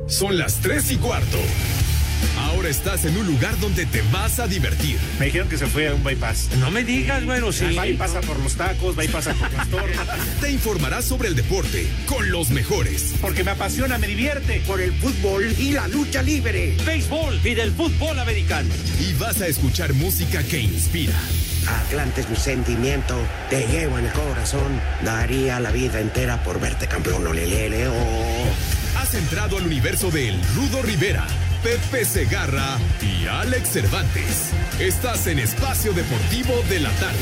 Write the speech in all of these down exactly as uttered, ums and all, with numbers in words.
Son las tres y cuarto. Ahora estás en un lugar donde te vas a divertir. Me dijeron que se fue a un bypass. No me digas, bueno, sí. Va y pasa por los tacos, va y pasa por las tortas. Te informarás sobre el deporte con los mejores. Porque me apasiona, me divierte. Por el fútbol y la lucha libre. Béisbol y del fútbol americano. Y vas a escuchar música que inspira. Atlante es mi sentimiento, te llevo en el corazón. Daría la vida entera por verte campeón, olelele, oh. Has entrado al universo de El Rudo Rivera, Pepe Segarra y Alex Cervantes. Estás en Espacio Deportivo de la Tarde.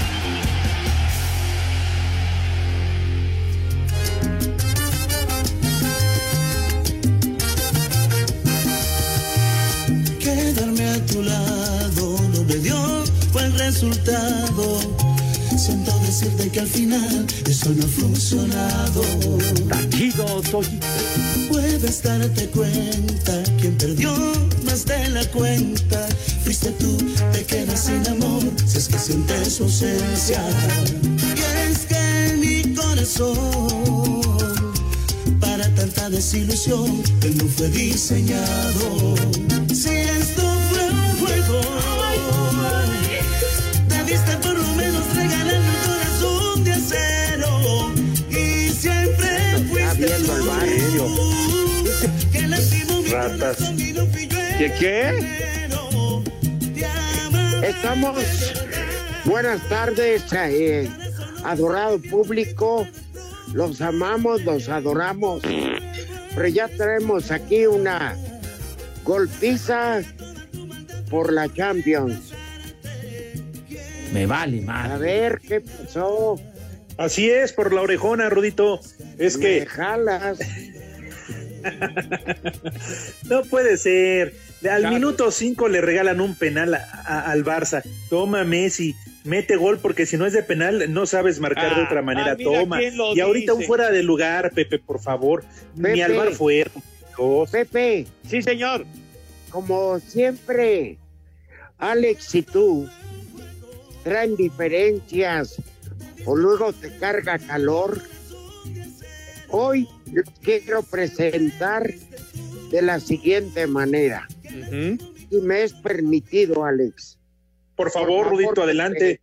Quedarme a tu lado no me dio buen resultado. Siento decirte que al final eso no ha funcionado. Taquido, Toyito. Puedes darte cuenta, quien perdió más de la cuenta fuiste tú, te quedas sin amor si es que sientes su ausencia. Y es que mi corazón para tanta desilusión él no fue diseñado. Si esto fue un juego, debiste por lo menos regalarme un corazón de acero. Y siempre fuiste tú el barrio. que lastimó mi Ratas. corazón y no fui yo el ¿Qué qué? primero. Te amaba. Estamos, buenas tardes, eh, adorado público, los amamos, los adoramos, pero ya traemos aquí una golpiza por la Champions. Me vale A mal. ver, ¿qué pasó? Así es, por la orejona, Rudito. Es Me que jalas. no puede ser. Al Claro. minuto cinco le regalan un penal a, a, al Barça. Toma, Messi, mete gol, porque si no es de penal no sabes marcar Ah, de otra manera. ah, mira Toma. quién lo Y ahorita un dice. fuera de lugar, Pepe, por favor. Ni Pepe. al bar fueron. Dios. Pepe, Sí, señor. como siempre, Alex y tú traen diferencias o luego te carga calor. Hoy los quiero presentar de la siguiente manera. Uh-huh. Si me es permitido, Alex. Por favor, Por favor, Rudito, Pepe. adelante.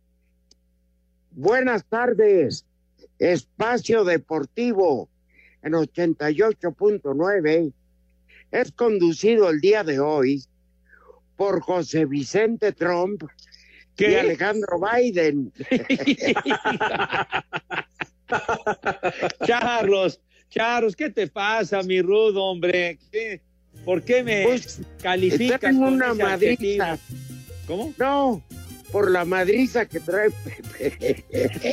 Buenas tardes. Espacio Deportivo en ochenta y ocho punto nueve es conducido el día de hoy por José Vicente Trump ¿Qué? y Alejandro Biden. Charlos, Charlos, ¿qué te pasa, mi rudo, hombre? ¿Qué? ¿Por qué me Pues, calificas tengo con una ese madriza. adjetivo? ¿Cómo? No, por la madriza que trae Pepe.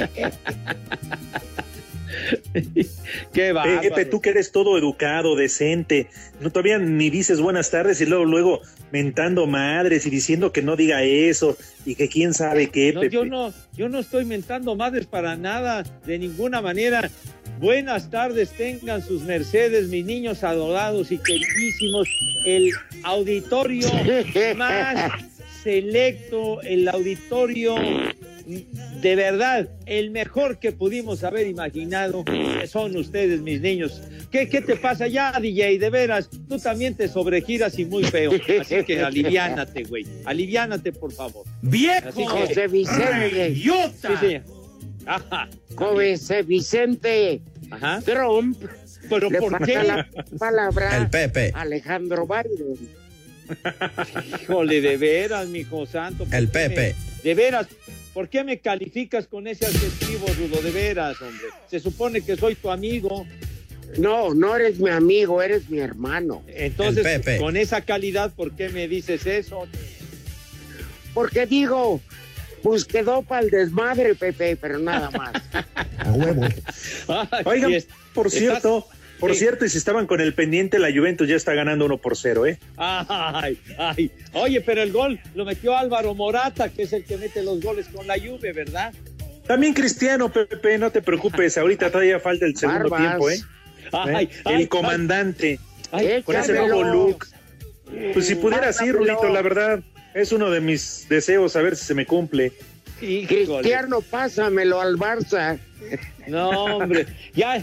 Qué bárbaro. Pepe, tú que eres todo educado, decente, no todavía ni dices buenas tardes y luego luego mentando madres y diciendo que no diga eso y que quién sabe qué, No, Pepe. yo no, yo no estoy mentando madres para nada, de ninguna manera. Buenas tardes, tengan sus mercedes, mis niños adorados y queridísimos. El auditorio más selecto, el auditorio de verdad, el mejor que pudimos haber imaginado, que son ustedes, mis niños. ¿Qué, qué te pasa ya, D J? De veras, tú también te sobregiras y muy feo. Así que aliviánate, güey. Aliviánate, por favor. ¡Viejo! Así que- José Vicente, ¡Idiota! Sí, señor. Ajá. José Vicente Ajá. Trump ¿Pero le por pasa qué? la palabra El Pepe. a Alejandro Biden. Híjole, de veras, mijo santo. ¿por El qué Pepe. me- de veras, ¿por qué me calificas con ese adjetivo, Rudo? De veras, hombre. Se supone que soy tu amigo. No, no eres mi amigo, eres mi hermano. Entonces, El Pepe. con esa calidad, ¿por qué me dices eso? Porque digo, pues quedó para el desmadre, Pepe, pero nada más. A huevo. Ay, Oigan, y es- por estás- cierto, por Sí. cierto, y si estaban con el pendiente, la Juventus ya está ganando uno por cero, ¿eh? Ay, ay. Oye, pero el gol lo metió Álvaro Morata, que es el que mete los goles con la Juve, ¿verdad? También Cristiano, Pepe, no te preocupes, ahorita todavía falta el segundo Barbas. tiempo, ¿eh? Ay, ¿Eh? ay, el comandante, ay, con ese Échamelo. nuevo look. Pues si pudiera así, Mándamelo. Rudito, la verdad, es uno de mis deseos, a ver si se me cumple. híjole. Cristiano, pásamelo al Barça. No, hombre, ya,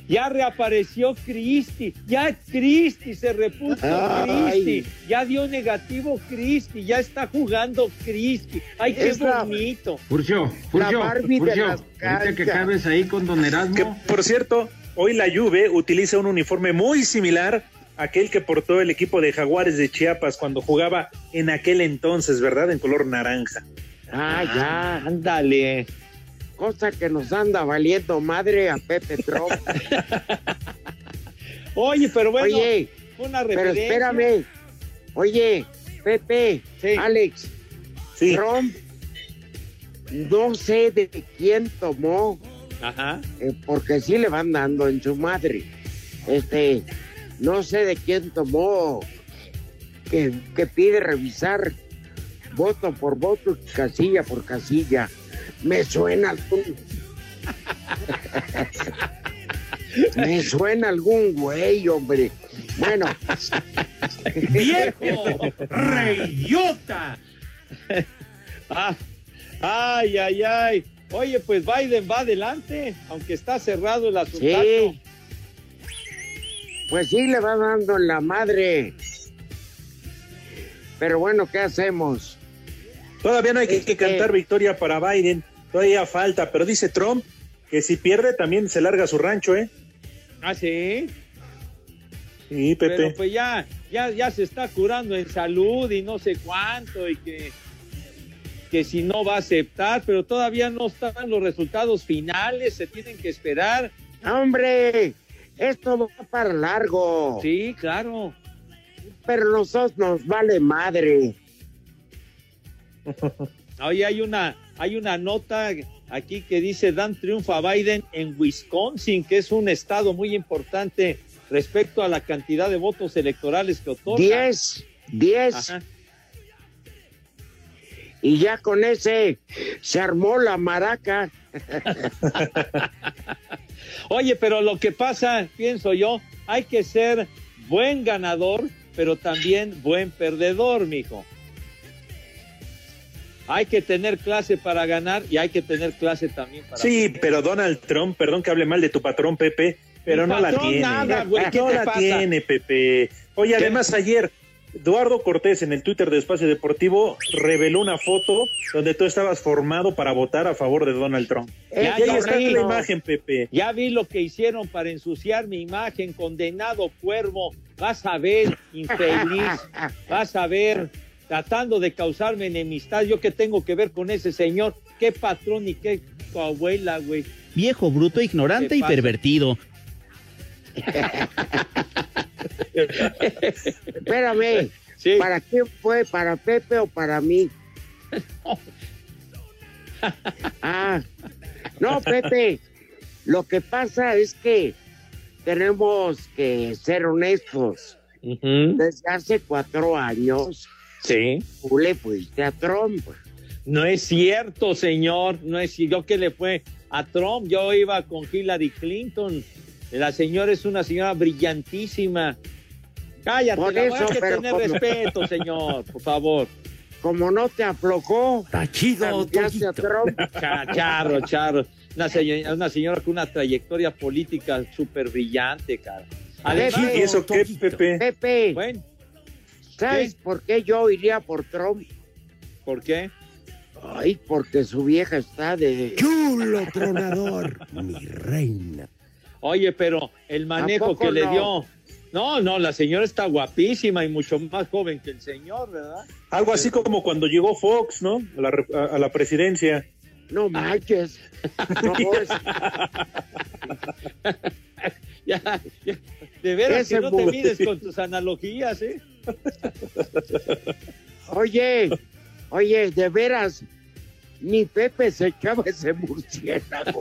Ya reapareció Cristi, ya Cristi se repuso Cristi, ya dio negativo Cristi, ya está jugando Cristi. Ay, qué Esa... bonito. Furcio, Furcio, Furcio, ahorita que cabes ahí con don Erasmo. Que, por cierto, hoy la Juve utiliza un uniforme muy similar a aquel que portó el equipo de Jaguares de Chiapas cuando jugaba en aquel entonces, ¿verdad? En color naranja. Ah, ya. Ándale. Cosa que nos anda valiendo madre a Pepe Trump. Oye, pero bueno, Oye, una pero referencia. espérame. Oye, Pepe, Sí. Alex, Sí. Trump, no sé de quién tomó, Ajá. eh, porque sí le van dando en su madre. Este, no sé de quién tomó, que, que pide revisar voto por voto, casilla por casilla. Me suena algún... Me suena algún güey, hombre. Bueno. ¡Viejo! ¡Reyota! Ah, ay, ay, ay. Oye, pues Biden va adelante, aunque está cerrado el asunto. Sí. Pues sí, le va dando en la madre. Pero bueno, ¿qué hacemos? Todavía no hay que, Este... que cantar victoria para Biden, todavía falta, pero dice Trump que si pierde también se larga su rancho, ¿eh? Ah, sí. Sí, Pepe. Pero pues ya, ya, ya se está curando en salud y no sé cuánto, y que, que si no va a aceptar, pero todavía no están los resultados finales, se tienen que esperar. ¡Hombre! Esto va para largo. Sí, claro. Pero nosotros nos vale madre. Oye, hay una, hay una nota aquí que dice: dan triunfo a Biden en Wisconsin, que es un estado muy importante respecto a la cantidad de votos electorales que otorga. Diez, diez. Ajá. Y ya con ese se armó la maraca. Oye, pero lo que pasa, pienso yo, hay que ser buen ganador, pero también buen perdedor, mijo. Hay que tener clase para ganar y hay que tener clase también para Sí, perder. pero Donald Trump, perdón que hable mal de tu patrón, Pepe, pero Mi no la patrón tiene. nada, güey, ¿qué no te la pasa? tiene, Pepe. Oye, ¿Qué? además ayer, Eduardo Cortés en el Twitter de Espacio Deportivo reveló una foto donde tú estabas formado para votar a favor de Donald Trump. Eh, y ahí está correcto. la imagen, Pepe. Ya vi lo que hicieron para ensuciar mi imagen, condenado cuervo. Vas a ver, infeliz. Vas a ver, tratando de causarme enemistad. ¿Yo qué tengo que ver con ese señor? ¿Qué patrón y qué abuela, güey? Viejo, bruto, ignorante y pasa? pervertido. Espérame. Sí. ¿Para quién fue? ¿Para Pepe o para mí? Ah, no, Pepe. Lo que pasa es que tenemos que ser honestos. Uh-huh. Desde hace cuatro años, Sí. tú le fuiste a Trump. No es cierto, señor. No es yo que le fue a Trump. Yo iba con Hillary Clinton. La señora es una señora brillantísima. Cállate, Por la eso, hay que pero tener como- respeto, señor, por favor. Como no te aflojó, Está chido, cambiaste a Trump. Cha- Charro, charro. Una señora, una señora con una trayectoria política súper brillante, cara. Además, Pepe. ¿Y eso qué, Pepe? Pepe, bueno, ¿sabes ¿qué? por qué yo iría por Trump? ¿por qué? Ay, porque su vieja está de... Chulo tronador, mi reina. Oye, pero el manejo poco que le no? dio. No, no, la señora está guapísima y mucho más joven que el señor, ¿verdad? Algo así como cuando llegó Fox, ¿no? A la, re- a- a la presidencia. No manches. No, es- Ya, ya. De veras Ese que no te bu- mides con tus analogías, ¿eh? Oye, oye, de veras, ni Pepe se echaba ese murciélago.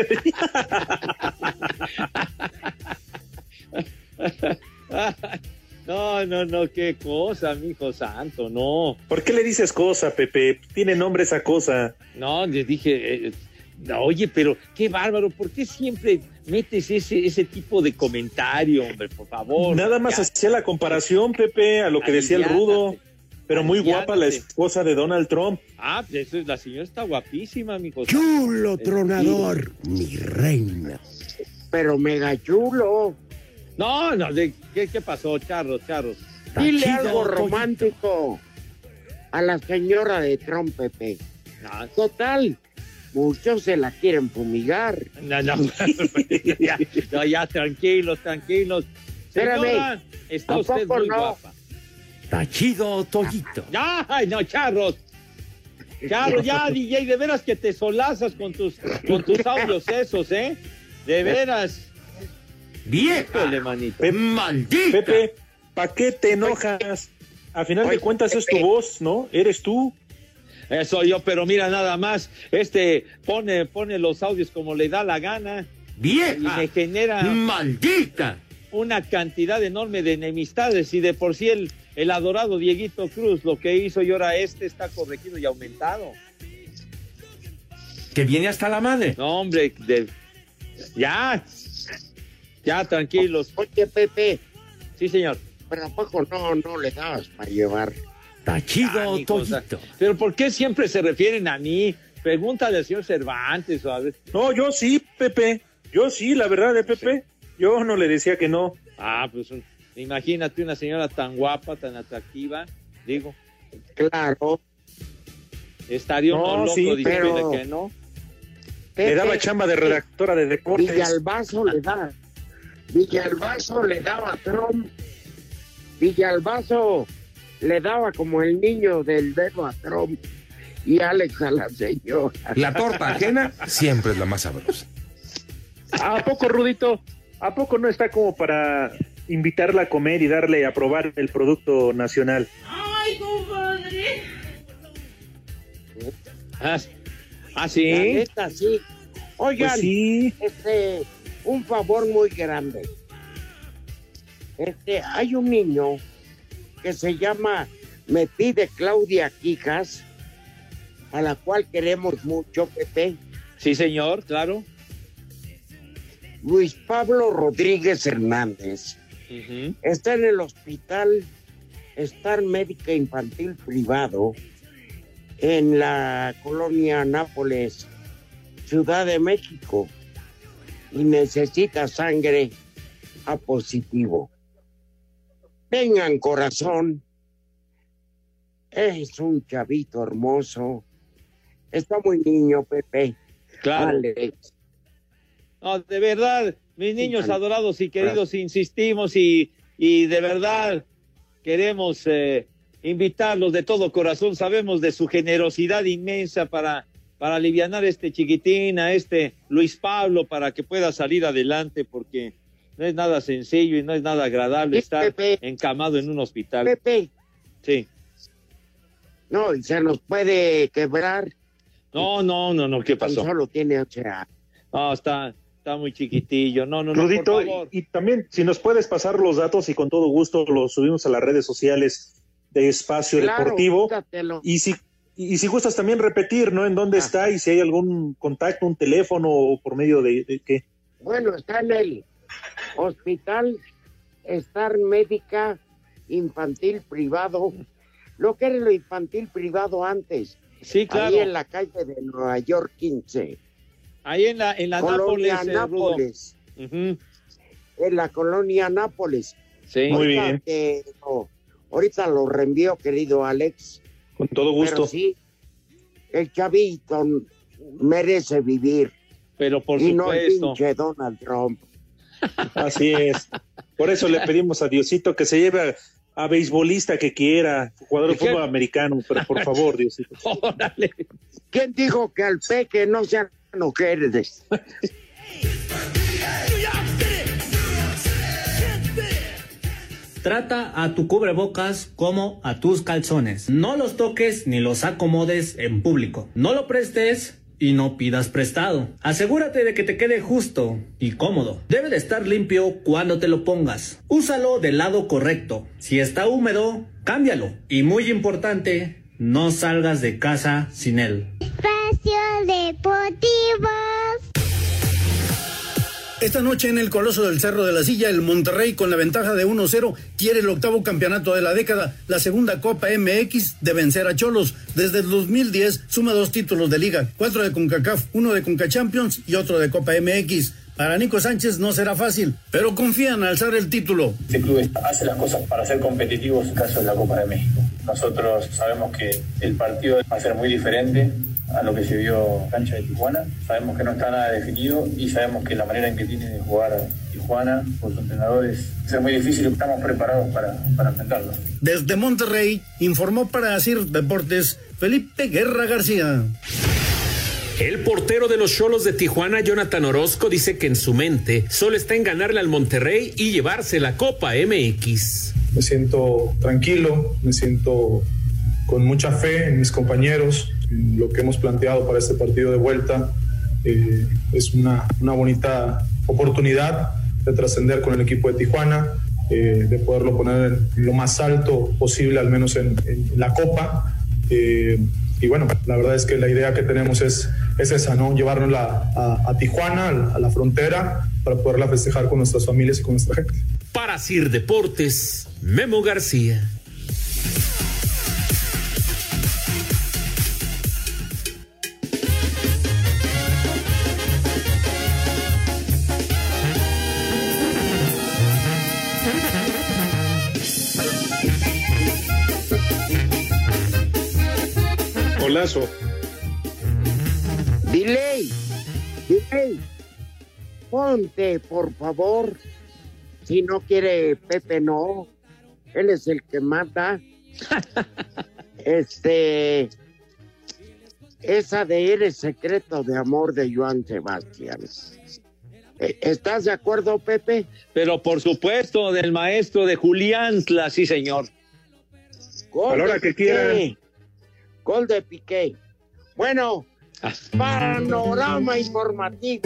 No, no, no, qué cosa, mi hijo santo, no. ¿Por qué le dices cosa, Pepe? Tiene nombre esa cosa. No, les dije, eh, no, oye, pero qué bárbaro, ¿por qué siempre metes ese, ese tipo de comentario, hombre, por favor? Nada más Ya, hacía la comparación, Pepe, a lo que decía el aliviánate, Rudo. Pero muy guapa la aliviánate. esposa de Donald Trump. Ah, eso es, la señora está guapísima, mi hijo. Chulo tronador, mi reina. pero mega chulo. No, no, de, ¿qué, ¿qué pasó, charros, charros? Dile Chido, algo Toñito. romántico a la señora de Trump, Pepe. No, Total, muchos se la quieren fumigar. no, no, ya, no, ya, tranquilos, tranquilos. Espérame, Señora, está ¿a usted poco muy no? guapa. Está chido, Toñito. Ya, ay, no, charros. Charros, ya, D J, de veras que te solazas con tus, con tus audios esos, ¿eh? De veras. ¡Vieja! Híjole, manito. ¡Maldita! Pepe, ¿para qué te enojas? A final Oye, de cuentas es tu Pepe. voz, ¿no? Eres tú. Eso yo, pero mira nada más, este pone, pone los audios como le da la gana y ¡Vieja! me genera ¡Maldita! una cantidad enorme de enemistades y de por sí el, el adorado Dieguito Cruz lo que hizo y ahora este está corregido y aumentado. Que viene hasta la madre. No, hombre, de, ya, ya, tranquilos. Oye, Pepe, Sí, señor. pero ¿a poco no, no le dabas para llevar? Está chido, Ah, mi cosa. Toñito. Pero ¿por qué siempre se refieren a mí? Pregúntale al señor Cervantes o a ver. No, yo sí, Pepe. Yo sí, la verdad, de Pepe. Yo no le decía que no. Ah, pues un- imagínate una señora tan guapa, tan atractiva, digo. Claro. Estaría uno No, loco sí, diciendo pero- que no. Pepe, Le daba chamba de redactora de deportes. Villalbazo le da. Villalbazo le daba a Trump. Villalbazo le daba como el niño del dedo a Trump y Alex a la señora. La torta ajena siempre es la más sabrosa. ¿A poco, Rudito? ¿A poco no está como para invitarla a comer y darle a probar el producto nacional? Ah, ah, La sí. neta, sí. Oigan, Pues sí. este, un favor muy grande. Este, hay un niño que se llama, me pide Claudia Quijas, a la cual queremos mucho, Pepe. Sí, señor, claro. Luis Pablo Rodríguez Hernández Ujú. está en el hospital Star Médica Infantil Privado en la colonia Nápoles, Ciudad de México, y necesita sangre A positivo. Tengan corazón, es un chavito hermoso, está muy niño, Pepe. Claro. Alex. No, de verdad, mis niños Sí, adorados y queridos, insistimos y, y de verdad queremos eh, invitarlos de todo corazón. Sabemos de su generosidad inmensa para, para alivianar a este chiquitín, a este Luis Pablo, para que pueda salir adelante, porque no es nada sencillo y no es nada agradable Sí, estar Pepe. encamado en un hospital. Pepe, Sí. no, y se nos puede quebrar. No, no, no, no, ¿qué Tan pasó? solo tiene ocho años. No, está, está muy chiquitillo. No, no, no, Rudito, por favor. y, y también si nos puedes pasar los datos y con todo gusto los subimos a las redes sociales de Espacio Claro, Deportivo. quítatelo. Y si, y si gustas también repetir, ¿no? En dónde Ah. está y si hay algún contacto, un teléfono o por medio de, de qué. Bueno, está en el Hospital Star Médica Infantil Privado, lo que era lo infantil privado antes, Sí, claro. ahí en la calle de Nueva York quince, Ahí en la, en la colonia Nápoles, eh, Rudo. Nápoles, Ujú. en la colonia Nápoles. Sí. Muy Ahorita bien. te lo- ahorita lo reenvío, querido Alex. Con todo gusto. Pero sí, el chavito merece vivir Pero por y no el supuesto. pinche Donald Trump. Así es. Por eso le pedimos a Diosito que se lleve a, a beisbolista que quiera, jugador de ¿Qué? fútbol americano, pero por favor, Diosito. Órale. ¿Quién dijo que al peque no sean mujeres? Trata a tu cubrebocas como a tus calzones. No los toques ni los acomodes en público. No lo prestes y no pidas prestado. Asegúrate de que te quede justo y cómodo. Debe de estar limpio cuando te lo pongas. Úsalo del lado correcto. Si está húmedo, cámbialo. Y muy importante, no salgas de casa sin él. Espacio Deportivo. Esta noche en el Coloso del Cerro de la Silla, el Monterrey con la ventaja de uno cero quiere el octavo campeonato de la década, la segunda Copa M X de vencer a Cholos. Desde el dos mil diez suma dos títulos de liga, cuatro de CONCACAF, uno de CONCACHAMPIONS y otro de Copa M X. Para Nico Sánchez no será fácil, pero confía en alzar el título. Este club hace las cosas para ser competitivos en caso de la Copa de México. Nosotros sabemos que el partido va a ser muy diferente a lo que se vio en cancha de Tijuana. Sabemos que no está nada definido y sabemos que la manera en que tiene de jugar Tijuana con su entrenador es ser muy difícil y estamos preparados para, para enfrentarlo. Desde Monterrey informó para Asir Deportes Felipe Guerra García. El portero de los Xolos de Tijuana, Jonathan Orozco, dice que en su mente solo está en ganarle al Monterrey y llevarse la Copa M X. Me siento tranquilo, me siento con mucha fe en mis compañeros, en lo que hemos planteado para este partido de vuelta. Eh, es una, una bonita oportunidad de trascender con el equipo de Tijuana, eh, de poderlo poner en lo más alto posible, al menos en, en la Copa. Eh, y bueno, la verdad es que la idea que tenemos es, es esa, ¿no? Llevarnos a, a Tijuana, a la frontera, para poderla festejar con nuestras familias y con nuestra gente. Para Sir Deportes, Memo García. Golazo. Delay, delay. Ponte, por favor. Si no quiere Pepe, no. Él es el que mata. este. Esa de Eres secreto de amor de Joan Sebastián. ¿Estás de acuerdo, Pepe? Pero por supuesto, del maestro de Julián, sí, señor. A la hora que quieran. Gol de Piqué. Bueno, panorama informativo.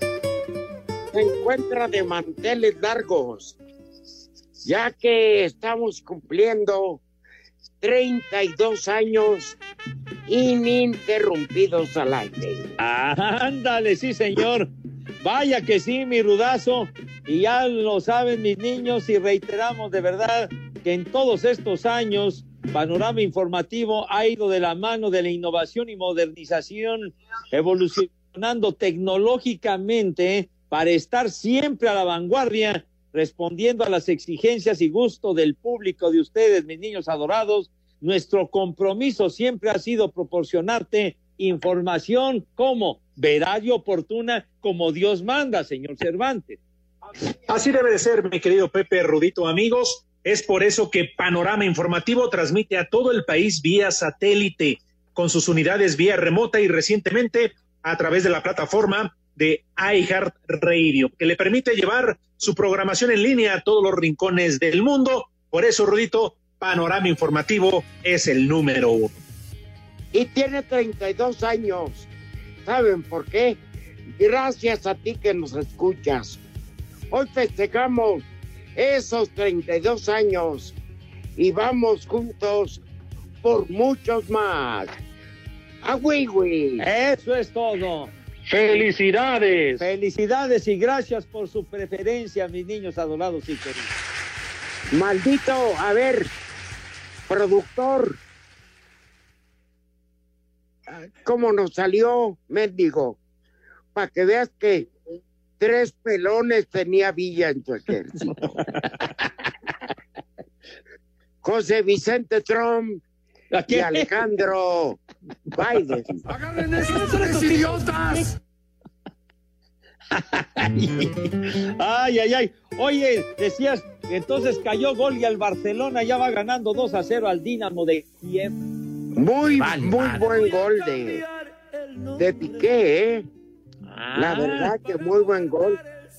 Se encuentra de manteles largos, ya que estamos cumpliendo treinta y dos años ininterrumpidos al aire. Ah, ándale, sí, señor. Vaya que sí, mi rudazo. Y ya lo saben mis niños y reiteramos de verdad que en todos estos años Panorama Informativo ha ido de la mano de la innovación y modernización, evolucionando tecnológicamente para estar siempre a la vanguardia, respondiendo a las exigencias y gusto del público de ustedes, mis niños adorados. Nuestro compromiso siempre ha sido proporcionarte información como veraz y oportuna, como Dios manda, señor Cervantes. Así debe de ser, mi querido Pepe, Rudito, amigos. Es por eso que Panorama Informativo transmite a todo el país vía satélite, con sus unidades vía remota y recientemente a través de la plataforma de iHeartRadio, que le permite llevar su programación en línea a todos los rincones del mundo. Por eso, Rudito, Panorama Informativo es el número uno. Y tiene treinta y dos años. ¿Saben por qué? Gracias a ti que nos escuchas. Hoy festejamos esos treinta y dos años y vamos juntos por muchos más. ¡Agüigüi! Eso es todo. ¡Felicidades! Felicidades y gracias por su preferencia, mis niños adorados y queridos. Maldito, a ver, productor, ¿cómo nos salió, mendigo? Para que veas que tres pelones tenía Villa en su ejército. José Vicente Trump y Alejandro Biden. ¡Agarren esos tres idiotas! Ay, ay, ay. Oye, decías que entonces cayó gol y el Barcelona ya va ganando dos a cero al Dinamo de Kiev. Muy, vale, muy vale. Buen gol de, de Piqué, ¿eh? Ah. La verdad que muy buen gol.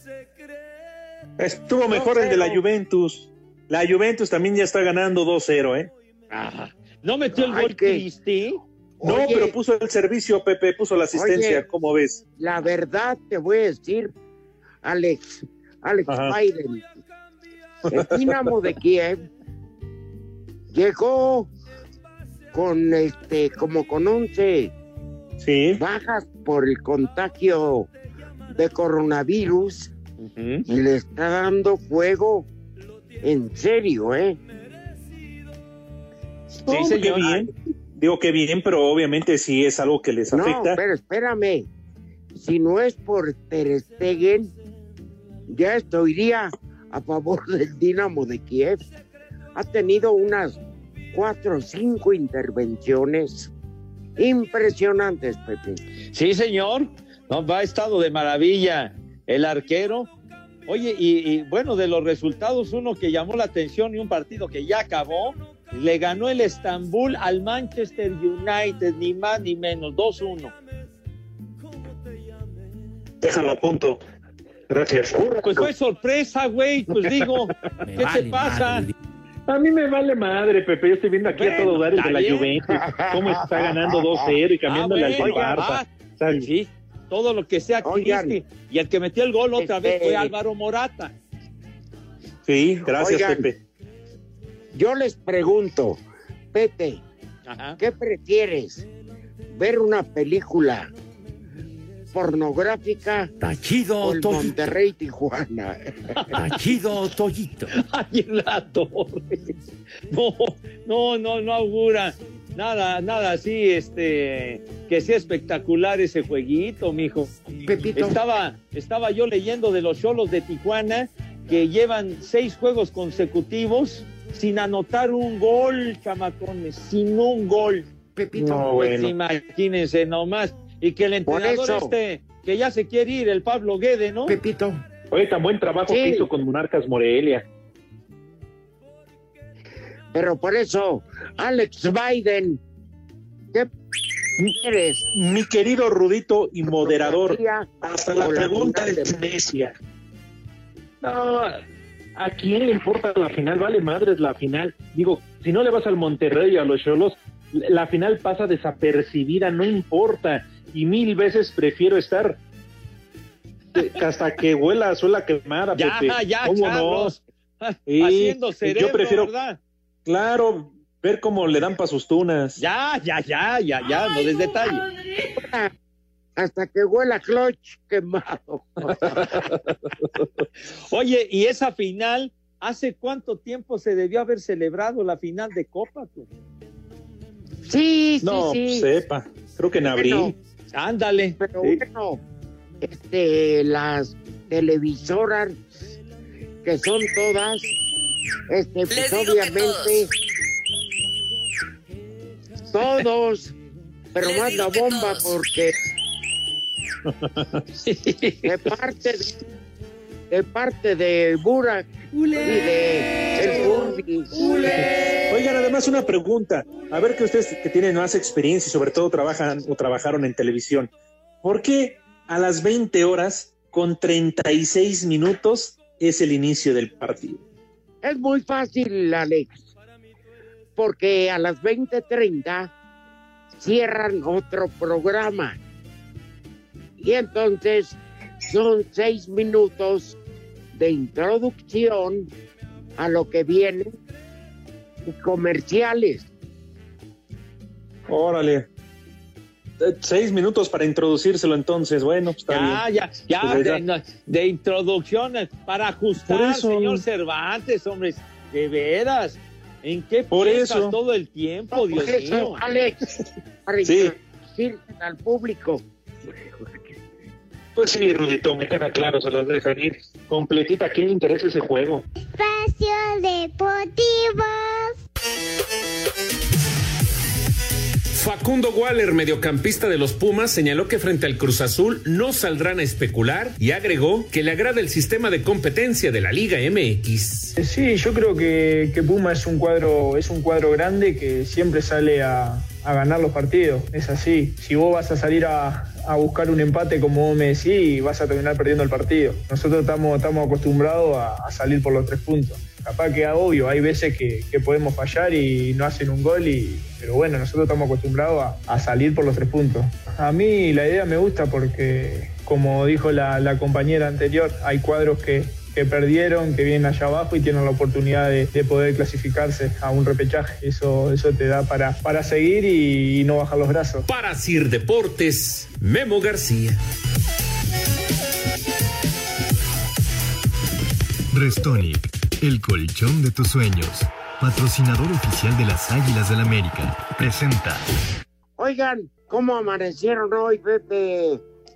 Estuvo mejor no, el de la Juventus. La Juventus también ya está ganando dos cero, ¿eh? Ajá. ¿No metió el Ay, gol Cristi? No, oye, pero puso el servicio, Pepe, puso la asistencia, oye, ¿cómo ves? La verdad te voy a decir, Alex, Alex Ajá. Biden, el Dinamo de Kiev llegó con este, como con once ¿Sí? bajas por el contagio de coronavirus, uh-huh. y le está dando fuego en serio, ¿eh? Sí, se qué bien. Digo que bien, pero obviamente sí es algo que les afecta. No, pero espérame. si no es por Ter Stegen, ya esto iría a favor del Dinamo de Kiev. Ha tenido unas cuatro o cinco intervenciones impresionantes, Pepe. Sí, señor. No, ha estado de maravilla el arquero. Oye, y, y bueno, de los resultados, uno que llamó la atención y un partido que ya acabó, le ganó el Estambul al Manchester United, ni más ni menos, dos uno. Déjalo a punto. Gracias. Pues fue sorpresa, güey, pues digo, ¿qué vale te pasa? Madre. A mí me vale madre, Pepe, yo estoy viendo aquí bueno, a todo dar el de la bien. Juventus, cómo está ganando dos cero y cambiándole ah, bueno, al Barça. Ah, sí, todo lo que sea Cristi. Y el que metió el gol otra este... vez fue Álvaro Morata. Sí, gracias, Oigan, Pepe. Yo les pregunto, Pepe, Ajá. ¿qué prefieres? ¿Ver una película pornográfica Tachido o el Monterrey Tijuana? Tachido Toyito. Ay, en la torre. No, no, no, no augura nada, nada así, este, que sea espectacular ese jueguito, mijo. Pepito. Estaba, estaba yo leyendo de los Xolos de Tijuana que llevan seis juegos consecutivos sin anotar un gol, chamacones, sin un gol. Pepito. No, pues bueno. Imagínense nomás. Y que el entrenador este, que ya se quiere ir, el Pablo Guede, ¿no? Pepito. Oye, tan buen trabajo sí. que hizo con Monarcas Morelia. Pero por eso, Alex Biden, ¿qué quieres? Mi querido Rudito y moderador, hasta la pregunta de Venecia. No, ¿a quién le importa la final? Vale madres la final. Digo, si no le vas al Monterrey y a los Xolos, la final pasa desapercibida, no importa. Y mil veces prefiero estar hasta que huela a suela quemada. Ya, Pepe. ya, ¿Cómo Carlos. No? Haciendo cerebro, yo prefiero, ¿verdad? Claro, ver cómo le dan pa' sus tunas. Ya, ya, ya, ya, ya, no des detalle. Hasta que huela clutch quemado. Oye, ¿y esa final, hace cuánto tiempo se debió haber celebrado la final de Copa, tú? Sí, sí, no, sí. sepa, creo que en abril. Bueno, ándale. Pero sí. bueno, este, las televisoras, que son todas, este, pues obviamente, todos. todos, pero más la bomba porque de parte de, de parte de Burak y de el Burbi. Oigan, además una pregunta, a ver que ustedes que tienen más experiencia y sobre todo trabajan o trabajaron en televisión, ¿por qué a las veinte horas con treinta y seis minutos es el inicio del partido? Es muy fácil, Alex, porque a las veinte treinta cierran otro programa y entonces son seis minutos de introducción a lo que viene y comerciales. Órale. Seis minutos para introducírselo entonces, bueno, está ya, bien. Ya, ya, pues ya, de, de introducción para ajustar, señor Cervantes, hombre, de veras. ¿En qué por piensas eso todo el tiempo, no, Dios por eso, mío? Alex, para sí. introducir al público. Pues sí, Rudito, me queda claro, se los dejan ir. Completita, ¿a quién le interesa ese juego? Espacio Deportivo. Facundo Waller, mediocampista de los Pumas, señaló que frente al Cruz Azul no saldrán a especular y agregó que le agrada el sistema de competencia de la Liga M X. Sí, yo creo que, que Puma es un cuadro, es un cuadro grande que siempre sale a, a ganar los partidos. Es así. Si vos vas a salir a, a buscar un empate, como vos me decís, vas a terminar perdiendo el partido. Nosotros estamos, estamos acostumbrados a, a salir por los tres puntos. Capaz que, obvio, hay veces que, que podemos fallar y no hacen un gol, y, pero bueno, nosotros estamos acostumbrados a, a salir por los tres puntos. A mí la idea me gusta porque, como dijo la, la compañera anterior, hay cuadros que, que perdieron, que vienen allá abajo y tienen la oportunidad de, de poder clasificarse a un repechaje. Eso, eso te da para, para seguir y, y no bajar los brazos. Para Sir Deportes, Memo García. Restonic, el colchón de tus sueños, patrocinador oficial de las Águilas del América, presenta. Oigan, ¿cómo amanecieron hoy, Pepe?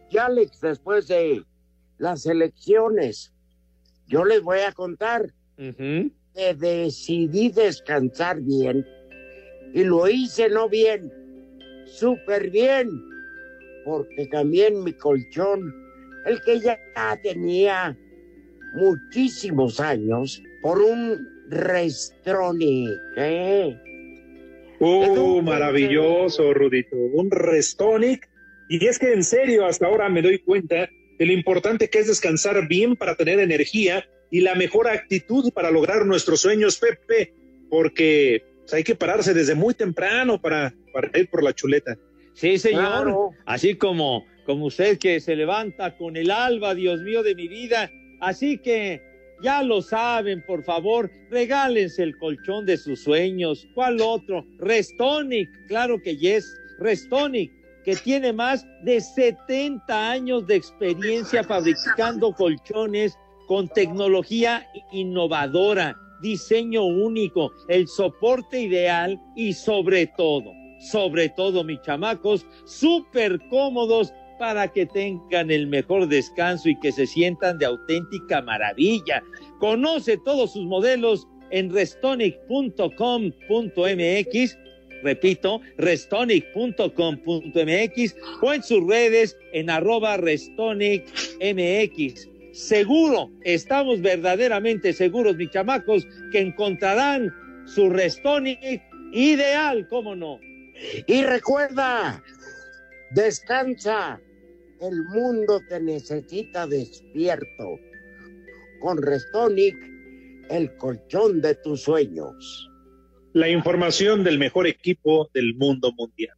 y Alex, después de las elecciones, yo les voy a contar uh-huh. que decidí descansar bien y lo hice no bien, súper bien, porque cambié mi colchón, el que ya tenía muchísimos años, por un Restonic, ¿eh? Uh, maravilloso, Rudito, un Restonic. Y es que en serio, hasta ahora me doy cuenta de lo importante que es descansar bien para tener energía y la mejor actitud para lograr nuestros sueños, Pepe, porque pues, hay que pararse desde muy temprano para, para ir por la chuleta. Sí, señor, Claro. así como, como usted que se levanta con el alba, Dios mío de mi vida, así que ya lo saben, por favor, regálense el colchón de sus sueños. ¿Cuál otro? Restonic, claro que yes, Restonic, que tiene más de setenta años de experiencia fabricando colchones con tecnología innovadora, diseño único, el soporte ideal y sobre todo, sobre todo, mis chamacos, súper cómodos para que tengan el mejor descanso y que se sientan de auténtica maravilla. Conoce todos sus modelos en restonic punto com punto m x, repito, restonic punto com punto m x o en sus redes en arroba restonic m x. Seguro, estamos verdaderamente seguros, mis chamacos, que encontrarán su Restonic ideal, ¿cómo no? Y recuerda, descansa, el mundo te necesita despierto. Con Restonic, el colchón de tus sueños. La información del mejor equipo del mundo mundial.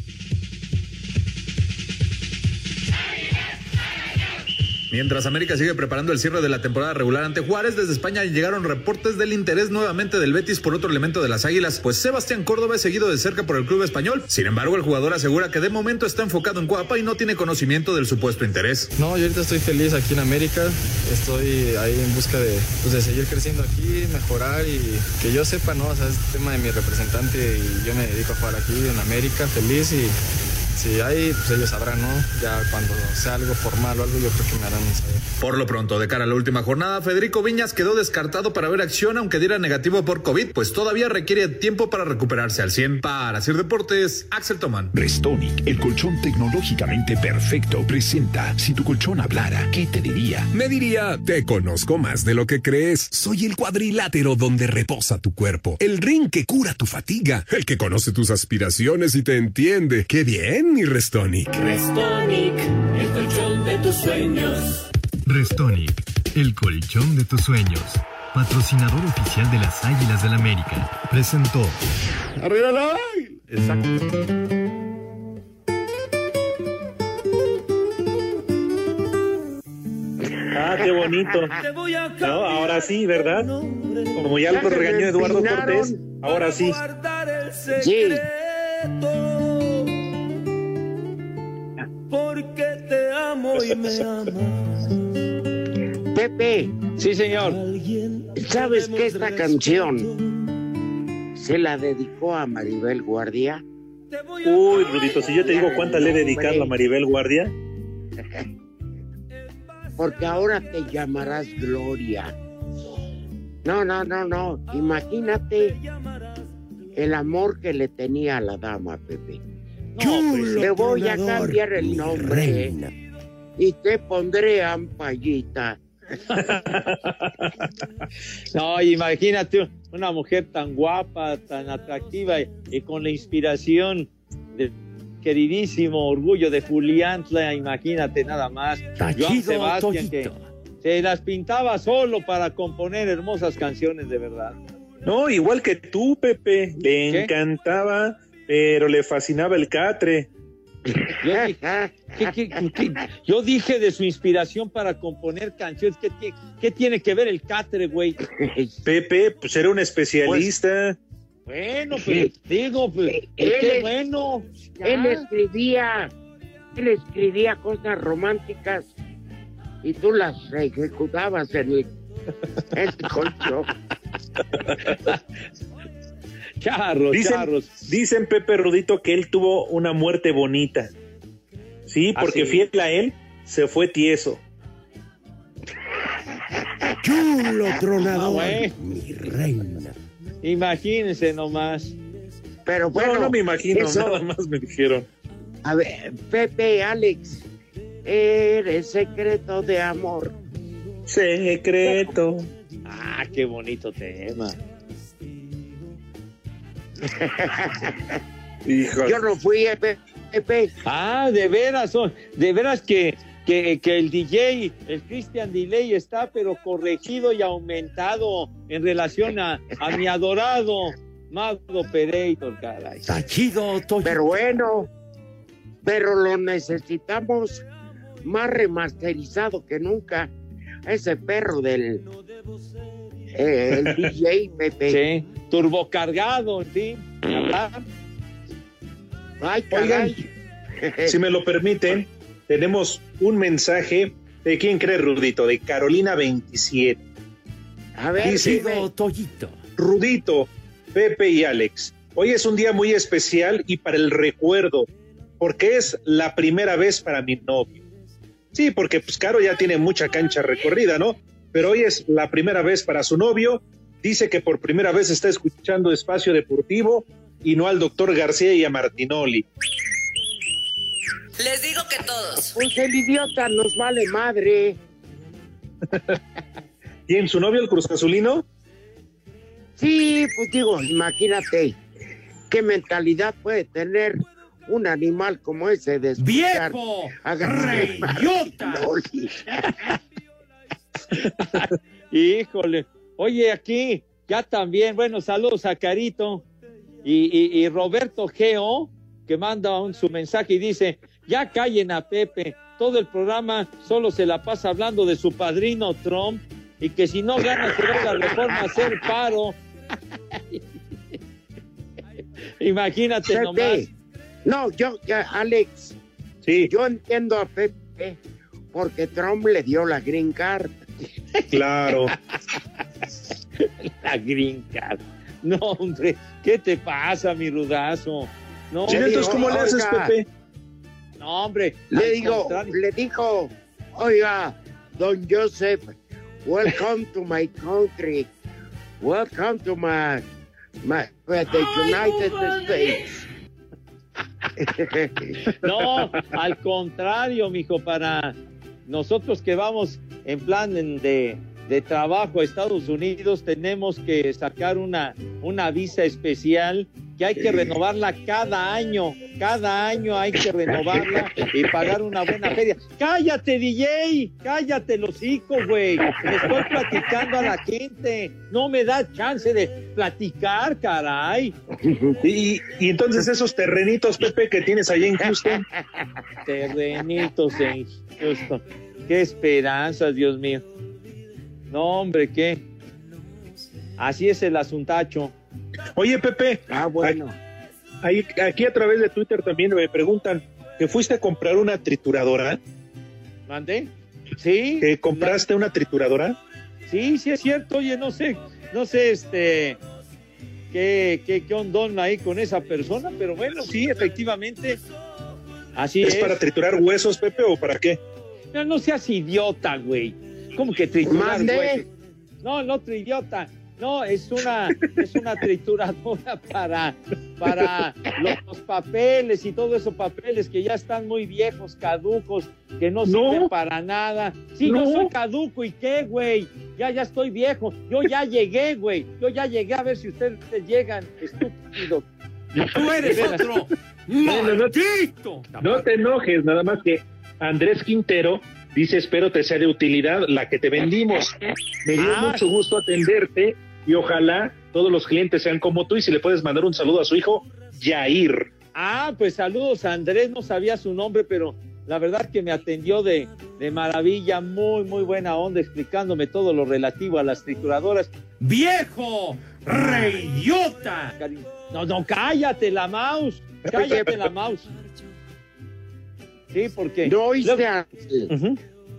Mientras América sigue preparando el cierre de la temporada regular ante Juárez, desde España llegaron reportes del interés nuevamente del Betis por otro elemento de las Águilas, pues Sebastián Córdoba es seguido de cerca por el club español. Sin embargo, el jugador asegura que de momento está enfocado en Cuapa y no tiene conocimiento del supuesto interés. No, yo ahorita estoy feliz aquí en América, estoy ahí en busca de, pues, de seguir creciendo aquí, mejorar y que yo sepa, ¿no? O sea, es tema de mi representante y yo me dedico a jugar aquí en América, feliz y... si hay, pues ellos sabrán, ¿no? Ya cuando sea algo formal o algo, yo creo que me harán saber. Por lo pronto, de cara a la última jornada, Federico Viñas quedó descartado para ver acción, aunque diera negativo por COVID, pues todavía requiere tiempo para recuperarse al cien. Para Sir Deportes, Axel Tomán. Restonic, el colchón tecnológicamente perfecto, presenta: si tu colchón hablara, ¿qué te diría? Me diría: te conozco más de lo que crees. Soy el cuadrilátero donde reposa tu cuerpo, el ring que cura tu fatiga, el que conoce tus aspiraciones y te entiende. ¡Qué bien, mi Restonic! Restonic, el colchón de tus sueños. Restonic, el colchón de tus sueños. Patrocinador oficial de las Águilas del América. Presentó. ¡Arriba la águila! Exacto. Ah, qué bonito. No, ahora sí, ¿verdad? Como ya lo regañó Eduardo Cortés, ahora sí. Sí. Porque te amo y me amas. Pepe. Sí, señor. ¿Sabes que esta canción se la dedicó a Maribel Guardia? Uy, Rudito, si yo te digo cuántas le he dedicado a Maribel Guardia. Porque ahora te llamarás Gloria. No, no, no, no. Imagínate el amor que le tenía a la dama, Pepe. No, pues, te voy a cambiar el nombre y te pondré Ampallita. No, imagínate una mujer tan guapa, tan atractiva y, y con la inspiración del queridísimo Orgullo de Juliantla, imagínate nada más. Joan Sebastián, que se las pintaba solo para componer hermosas canciones, de verdad. No, igual que tú, Pepe, le ¿Qué? encantaba, pero le fascinaba el catre. Yo dije, ¿qué, qué, qué? Yo dije de su inspiración para componer canciones. ¿Qué, qué, qué tiene que ver el catre, güey? Pepe, pues era un especialista. Pues, bueno, pues digo, pues, él, qué bueno. Él escribía, él escribía cosas románticas y tú las ejecutabas en el, el colchón. Charros, dicen, charros. Dicen, Pepe Rudito, que él tuvo una muerte bonita. Sí, porque ¿Ah, sí? fiel a él, se fue tieso. Chulo tronador, Ah, bueno. mi reina. Imagínense nomás. Pero bueno, no, no me imagino, eso- nada más me dijeron. A ver, Pepe, Alex, eres secreto de amor. Secreto. Ah, qué bonito tema. Híjole. Yo no fui, eh, Pe- Pepe. Ah, de veras, son, de veras que, que, que el D J, el Christian Delay está pero corregido y aumentado en relación a, a mi adorado Magdo Pereito, caray. Está chido, Toño. Pero bueno, pero lo necesitamos más remasterizado que nunca. Ese perro del eh, el D J, Pepe. Sí, turbocargado, sí. ¿Verdad? Ay, Oigan, caray. si me lo permiten, tenemos un mensaje de quién cree, Rudito, de Carolina veintisiete. A ver, Dice, Chido, Toyito. Rudito, Pepe y Alex, hoy es un día muy especial y para el recuerdo, porque es la primera vez para mi novio. Sí, porque pues Caro ya tiene mucha cancha recorrida, ¿no? Pero hoy es la primera vez para su novio. Dice que por primera vez está escuchando Espacio Deportivo y no al doctor García y a Martinoli. Les digo que todos. Pues el idiota nos vale madre. ¿Y en su novio el Cruz Azulino? Sí, pues digo, imagínate qué mentalidad puede tener un animal como ese de escuchar ¡Viejo! a García ¡Reyota! Martinoli. Híjole. Oye, aquí ya también, bueno, saludos a Carito y, y, y Roberto Geo, que manda un, su mensaje y dice, ya callen a Pepe, todo el programa solo se la pasa hablando de su padrino Trump y que si no gana se va a la reforma a hacer paro. Imagínate Pepe, nomás. no, yo, ya, Alex, Sí, yo entiendo a Pepe porque Trump le dio la green card. claro. La green card. No, hombre, ¿qué te pasa, mi rudazo? No, Sí, entonces, ¿cómo le haces, Oiga. Pepe? no, hombre. Le al digo, contrario. le dijo, oiga, don Joseph, welcome to my country, welcome to my, my the United States. No, al contrario, mijo, para nosotros que vamos en plan en- de, de trabajo a Estados Unidos, tenemos que sacar una, una visa especial que hay que renovarla cada año, cada año hay que renovarla y pagar una buena feria. ¡Cállate, D J! ¡Cállate los hijos, güey! Le estoy platicando a la gente, no me da chance de platicar, caray. Y, y entonces esos terrenitos, Pepe, que tienes allá en Houston. Terrenitos en Houston. Qué esperanzas, Dios mío. No, hombre, qué. Así es el asuntacho. Oye, Pepe, Ah, bueno. ahí- aquí a través de Twitter también me preguntan que fuiste a comprar una trituradora, ¿Mandé? Sí. que compraste una trituradora. Sí, sí es cierto. Oye, no sé, no sé, este, qué, qué, qué ondón ahí con esa persona, pero bueno, sí, efectivamente. Así ¿Es es. para triturar huesos, Pepe, o para qué? No, no seas idiota, güey. ¿Cómo que triturar, Mande. güey? No, el otro idiota. No, es una, es una trituradora para, para los, los papeles y todo eso, papeles que ya están muy viejos, caducos, que no No. sirven para nada. Sí, No. yo soy caduco, ¿y qué, güey? Ya, ya estoy viejo. Yo ya llegué, güey. Yo ya llegué, a ver si ustedes llegan, estúpidos. Tú eres De veras. otro Bueno, no- maldito. No te enojes, nada más que Andrés Quintero dice, espero te sea de utilidad la que te vendimos. Me dio Ah. mucho gusto atenderte y ojalá todos los clientes sean como tú y si le puedes mandar un saludo a su hijo, Yair. Ah, pues saludos a Andrés, no sabía su nombre, pero la verdad que me atendió de, de maravilla, muy, muy buena onda, explicándome todo lo relativo a las trituradoras. ¡Viejo! ¡Reyota! No, no, cállate la mouse, cállate la mouse. Sí, porque... ¿No oíste, al, Ujú.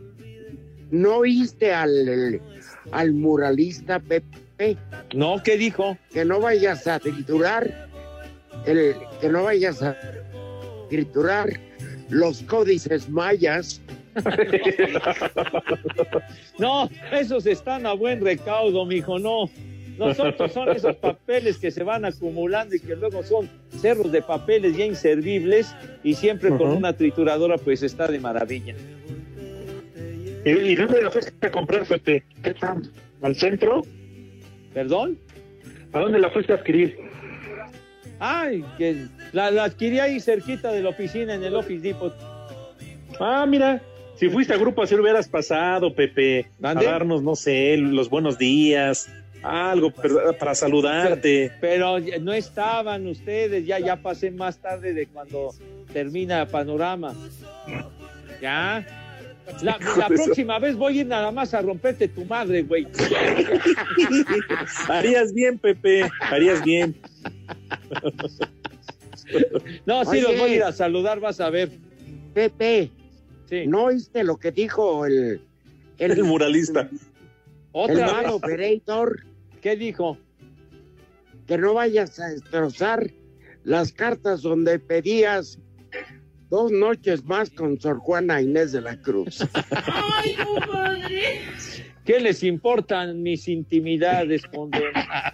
¿no oíste al, al muralista Pepe? No, ¿qué dijo? Que no vayas a triturar, el, que no vayas a triturar los códices mayas No, esos están a buen recaudo, mijo, no. Nosotros son esos papeles que se van acumulando y que luego son cerros de papeles ya inservibles y siempre uh-huh. con una trituradora pues está de maravilla. ¿Y, y dónde la fuiste a comprar, Pepe? ¿Qué tal? ¿Al centro? ¿Perdón? ¿A dónde la fuiste a adquirir? Ay, que la, la adquirí ahí cerquita de la oficina, en el Office Depot. Ah, mira, si fuiste a grupo así hubieras pasado, Pepe, ¿Dónde? A darnos, no sé, los buenos días, algo para saludarte. Pero, pero no estaban ustedes, ya, ya pasé más tarde de cuando termina Panorama. Ya. La, la próxima vez voy a ir nada más a romperte tu madre, güey. Harías bien, Pepe, harías bien. No, sí, Oye, los voy a ir a saludar, vas a ver. Pepe, sí. ¿No oíste lo que dijo el... El, el muralista. ¿Otra el operator? ¿Qué dijo? Que no vayas a destrozar las cartas donde pedías dos noches más con Sor Juana Inés de la Cruz. ¡Ay, no, madre! ¿Qué les importan mis intimidades, Condón?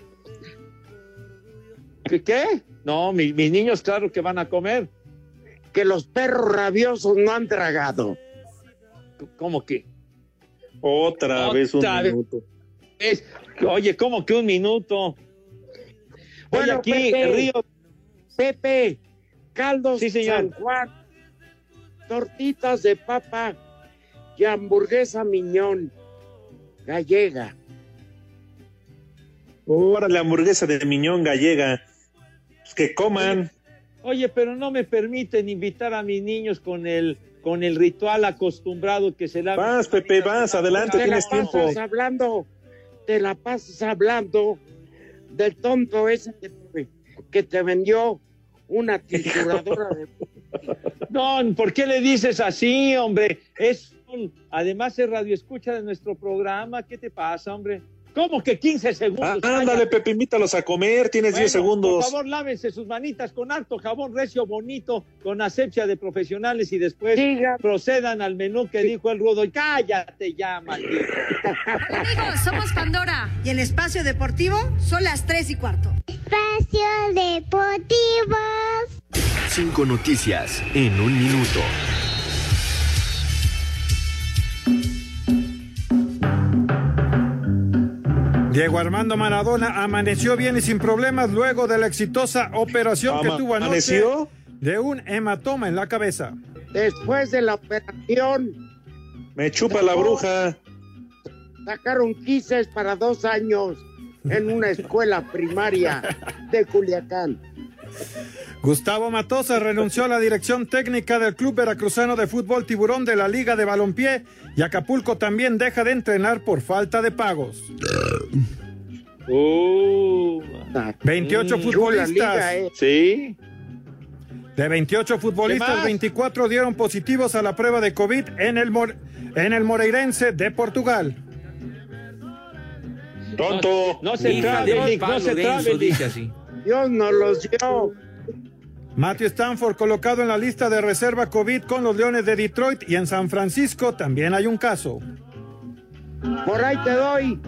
¿Qué? ¿Qué? No, mi, mis niños claro que van a comer. Que los perros rabiosos no han tragado. ¿Cómo que? Otra, Otra vez un vez. minuto. Es, oye, ¿cómo que un minuto? Bueno, oye, aquí, Pepe, el río... Pepe, caldos sí, señor. San Juan, tortitas de papa y hamburguesa miñón gallega. Órale, hamburguesa de miñón gallega. Pues que coman. Oye, pero no me permiten invitar a mis niños con el con el ritual acostumbrado que se da. Vas, Pepe, vas, adelante, te tienes la pasas tiempo. hablando, te la pasas hablando del tonto ese que te, que te vendió una trituradora de... No, ¿por qué le dices así, hombre? Es un, además es radioescucha de nuestro programa. ¿Qué te pasa, hombre? ¿Cómo que quince segundos? Ah, ándale, Pepe, invítalos a comer, tienes bueno, diez segundos. Por favor, lávense sus manitas con harto jabón recio bonito, con asepsia de profesionales y después Diga. procedan al menú que dijo el Rudo. Y cállate ya, maldito. Amigos, somos Pandora y el Espacio Deportivo son las tres y cuarto. Espacio Deportivo. Cinco noticias en un minuto. Diego Armando Maradona amaneció bien y sin problemas luego de la exitosa operación Ama, que tuvo anoche ¿amaneció? de un hematoma en la cabeza. Después de la operación... Me chupa la bruja. Sacaron quises para dos años en una escuela primaria de Culiacán. Gustavo Matosas renunció a la dirección técnica del Club Veracruzano de Fútbol Tiburón de la Liga de Balompié y Acapulco también deja de entrenar por falta de pagos. Uh, veintiocho mm, futbolistas. Liga, eh. Sí. De veintiocho futbolistas, veinticuatro dieron positivos a la prueba de COVID en el, Mor- en el Moreirense de Portugal. Tonto. No, no se trabe, no se trabe, dice así. Dios nos los dio. Matthew Stanford colocado en la lista de reserva COVID con los Leones de Detroit y en San Francisco también hay un caso. Por ahí te doy.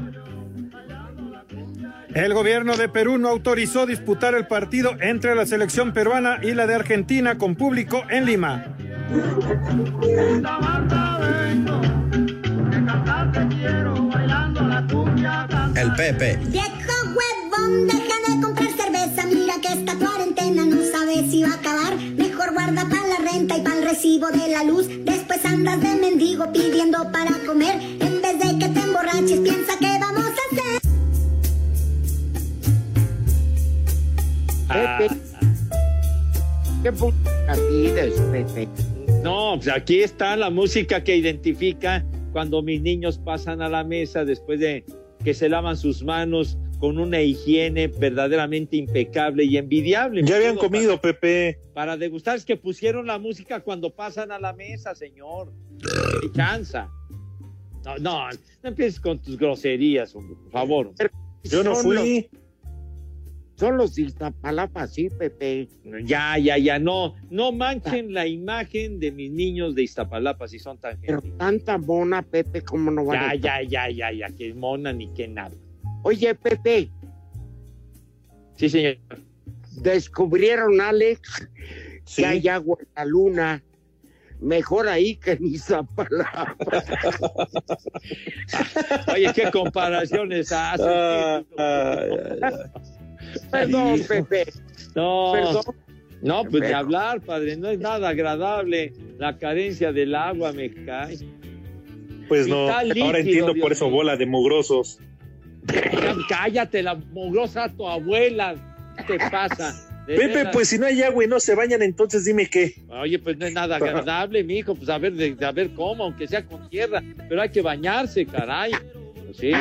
El gobierno de Perú no autorizó disputar el partido entre la selección peruana y la de Argentina con público en Lima. El Pepe. Viejo huevón, deja de comprar cerveza. Mira que esta cuarentena no sabe si va a acabar. Mejor guarda para la renta y para el recibo de la luz. Después andas de mendigo pidiendo para comer. En vez de que te emborraches, piensa que vamos a hacer. Ah. Pepe. ¿Qué música pides, Pepe? No, pues aquí está la música que identifica cuando mis niños pasan a la mesa después de que se lavan sus manos con una higiene verdaderamente impecable y envidiable. Ya habían comido, para, Pepe. Para degustar, es que pusieron la música cuando pasan a la mesa, señor. ¡Qué chanza! No, no, no empieces con tus groserías, hombre, por favor. Yo no fui. Son los de Iztapalapa, sí, Pepe. Ya, ya, ya, no, no manchen la imagen de mis niños de Iztapalapa si son tan Pero gentiles. tanta mona, Pepe, ¿cómo no van Ya, a ya, ya, ya, ya, que mona ni que nada. Oye, Pepe. Sí, señor. Descubrieron, Alex, Sí. que hay agua en la luna. Mejor ahí que en Iztapalapa. Oye, qué comparaciones haces. Ah, ay, ay, ay. Perdón, Pepe. No, Perdón. no, pues de Pero- hablar, padre, no es nada agradable. La carencia del agua me cae. Pues no, Está líquido, ahora entiendo Dios por eso, mío. bola de mugrosos. Ya, cállate, la mugrosa tu abuela. ¿Qué te pasa? De Pepe, veras. pues si no hay agua y no se bañan, entonces dime qué. Oye, pues no es nada agradable, mijo, pues a ver, de, de a ver cómo, aunque sea con tierra, pero hay que bañarse, caray. Pues, ¿sí?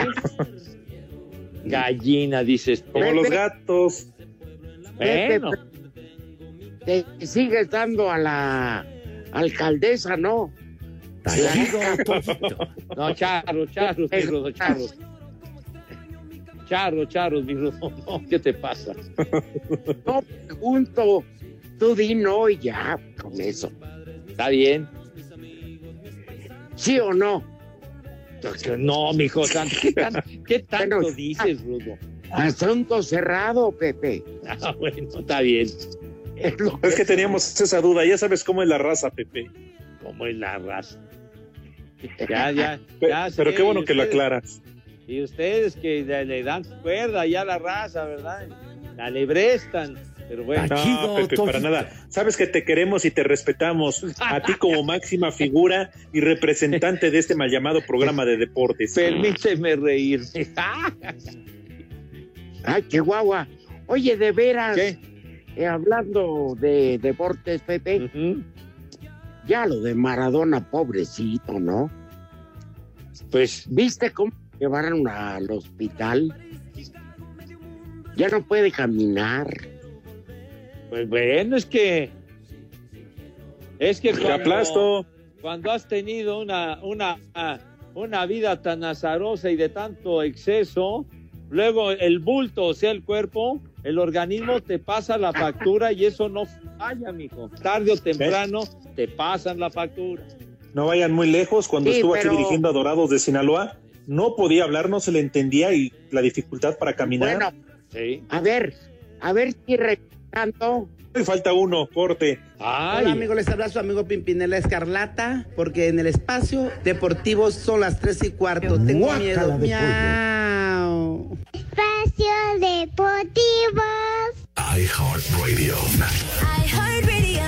Gallina, dices. tú. Como los gatos. Bueno, Te sigues dando a la alcaldesa, ¿no? no, charros, charros, mi rudo, charros. Charros, charros, mi rudo, no, ¿qué te pasa? No pregunto. Tú di no y ya, con eso. ¿Está bien? ¿Sí o no? No, mijo, santo, ¿qué, tan- qué tanto Bueno, dices, rudo? Asunto cerrado, Pepe. Ah, bueno, está bien. Es lo Es que teníamos esa duda, ya sabes cómo es la raza, Pepe. ¿Cómo es la raza? Ya, ya, Pe- ya. Pero sé, qué bueno y que lo ustedes- aclaras. Y ustedes que le, le dan cuerda ya a la raza, ¿verdad? La lebrestan, pero bueno. No, Pepe, para nada. Sabes que te queremos y te respetamos a ti como máxima figura y representante de este mal llamado programa de deportes. Permíteme reírme. Ay, Chihuahua. Oye, de veras, ¿Qué? eh, hablando de deportes, Pepe, Ujú. ya lo de Maradona, pobrecito, ¿no? Pues, ¿Viste cómo llevaron al hospital? Ya no puede caminar. pues bueno, es que es que Te cuando, aplasto. cuando has tenido una, una, una vida tan azarosa y de tanto exceso, luego el bulto, o sea, el cuerpo, el organismo te pasa la factura y eso no falla, mijo. Tarde o temprano te pasan la factura. No vayan muy lejos. Cuando Sí, estuvo pero- aquí dirigiendo a Dorados de Sinaloa, no podía hablar, no se le entendía y la dificultad para caminar. Bueno, Sí. a ver, a ver si recanto. Hoy falta uno, corte. Ay, Hola amigos, les habla su amigo Pimpinela Escarlata, porque en el espacio deportivo son las tres y cuarto. Tengo Guácala miedo. de Miau. Espacio Deportivo. iHeartRadio. iHeartRadio.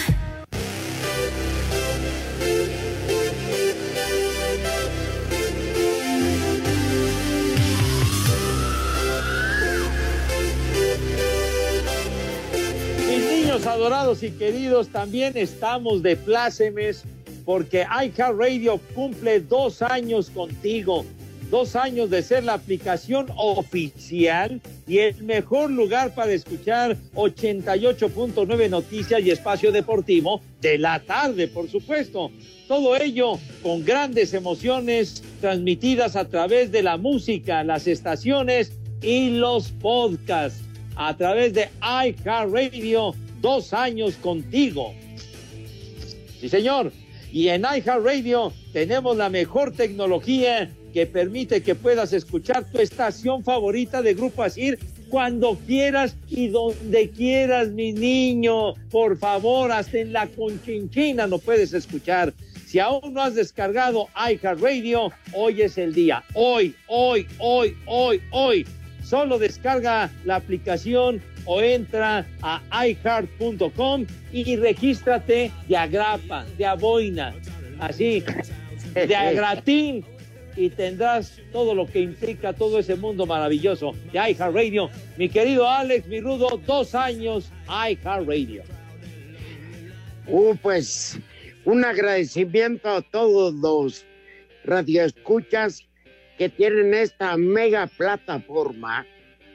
mis niños adorados y queridos, también estamos de plácemes porque iHeartRadio cumple dos años contigo, dos años de ser la aplicación oficial y el mejor lugar para escuchar ochenta y ocho punto nueve Noticias y Espacio Deportivo de la tarde, por supuesto. Todo ello con grandes emociones transmitidas a través de la música, las estaciones y los podcasts. A través de iHeartRadio, dos años contigo. Sí, señor. Y en iHeartRadio tenemos la mejor tecnología que permite que puedas escuchar tu estación favorita de Grupo Asir cuando quieras y donde quieras, mi niño. Por favor, hasta en la Conchinchina no puedes escuchar. Si aún no has descargado iHeartRadio, hoy es el día. Hoy, hoy, hoy, hoy, hoy. Solo descarga la aplicación o entra a iHeart punto com y regístrate de agrapa, de aboina, así, de agratín, y tendrás todo lo que implica todo ese mundo maravilloso de iHeartRadio. Mi querido Alex, mi rudo, dos años iHeartRadio. Uh, pues un agradecimiento a todos los radioescuchas que tienen esta mega plataforma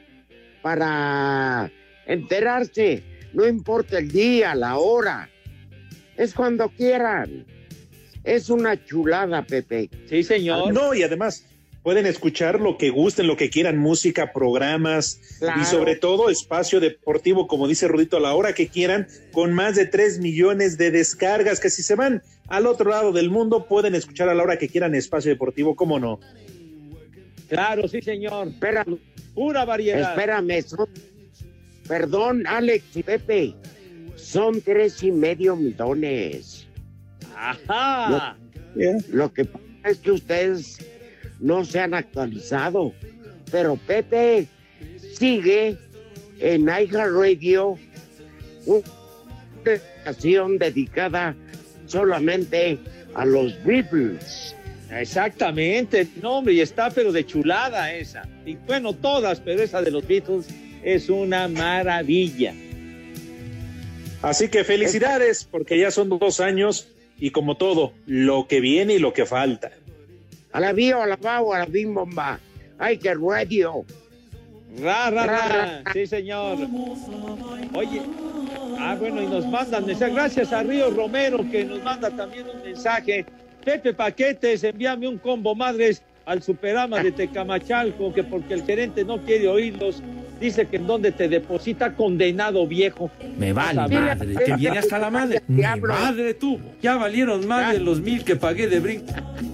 para enterarse, no importa el día, la hora, es cuando quieran. Es una chulada, Pepe. Sí, señor. No, y además pueden escuchar lo que gusten, lo que quieran, música, programas, claro. Y sobre todo espacio deportivo, como dice Rudito, a la hora que quieran, con más de tres millones de descargas, que si se van al otro lado del mundo, pueden escuchar a la hora que quieran espacio deportivo, ¿cómo no? Claro, sí, señor. Espera, pura variedad. Espérame, son, perdón, Alex y Pepe, son tres y medio millones. Ajá. Lo, yeah. lo que pasa es que ustedes no se han actualizado, pero Pepe sigue en iHeartRadio una estación dedicada solamente a los Beatles. Exactamente, no, hombre, y está pero de chulada esa. Y bueno, todas, pero esa de los Beatles es una maravilla. Así que felicidades, porque ya son dos años y como todo, lo que viene y lo que falta. A la bio, a la bau, a la bim bomba. Ay, qué radio. Ra, ra, ra. Sí, señor. Oye, ah, bueno, y nos mandan mensaje. Gracias a Río Romero, que nos manda también un mensaje. Pepe Paquetes, envíame un combo madres al Superama de Tecamachalco, que porque el gerente no quiere oírlos, dice que en donde te deposita, condenado viejo. Me vale madre, que viene hasta la madre. Mi madre tuvo. Ya valieron más de los mil que pagué de brinco.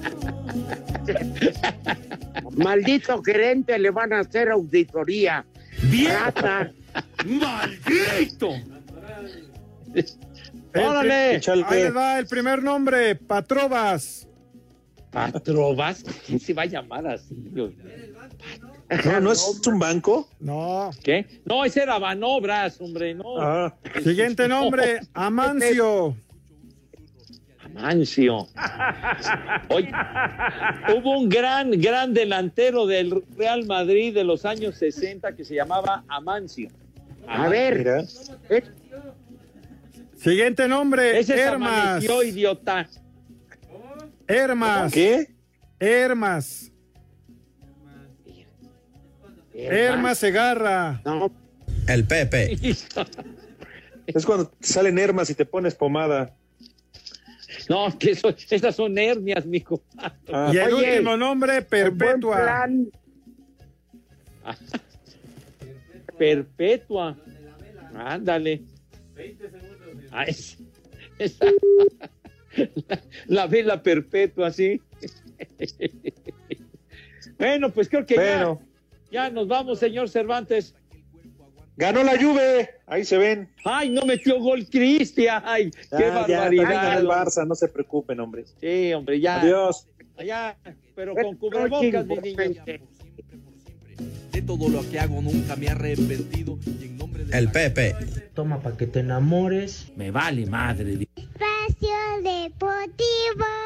Maldito gerente, le van a hacer auditoría. ¡Rata! ¡Maldito! ¡Órale! Ahí le va el primer nombre, Patrobas. ¿Patrobas? ¿Quién se va a llamar así? No, ¿no es un banco? No. ¿Qué? No, ese era Banobras, hombre, no. Ah. Siguiente nombre, Amancio. Amancio. Oye, hubo un gran, gran delantero del Real Madrid de los años sesenta que se llamaba Amancio. A ver. Mira. Siguiente nombre, ese Hermas. Amaneció, idiota. Hermas. ¿Qué? Hermas. Hermas Segarra. No. El Pepe. Es cuando te salen hermas y te pones pomada. No, que eso, estas son hernias, mijo. Ah, y el oye, último nombre, Perpetua. Perpetua. Ándale. Ah, es, esa, la, la vela perpetua, sí. Bueno, pues creo que bueno. ya, ya nos vamos, señor Cervantes. Ganó la Juve, ahí se ven. Ay, no metió gol Cristian. Ay, ya, qué barbaridad. Ya, el Barça, no se preocupen, hombre. Sí, hombre, ya. Adiós. Allá, pero con cubrebocas, mis niños. De todo lo que hago nunca me he arrepentido. Y en nombre de el Pepe. Toma pa' que te enamores. Me vale madre. Espacio Deportivo.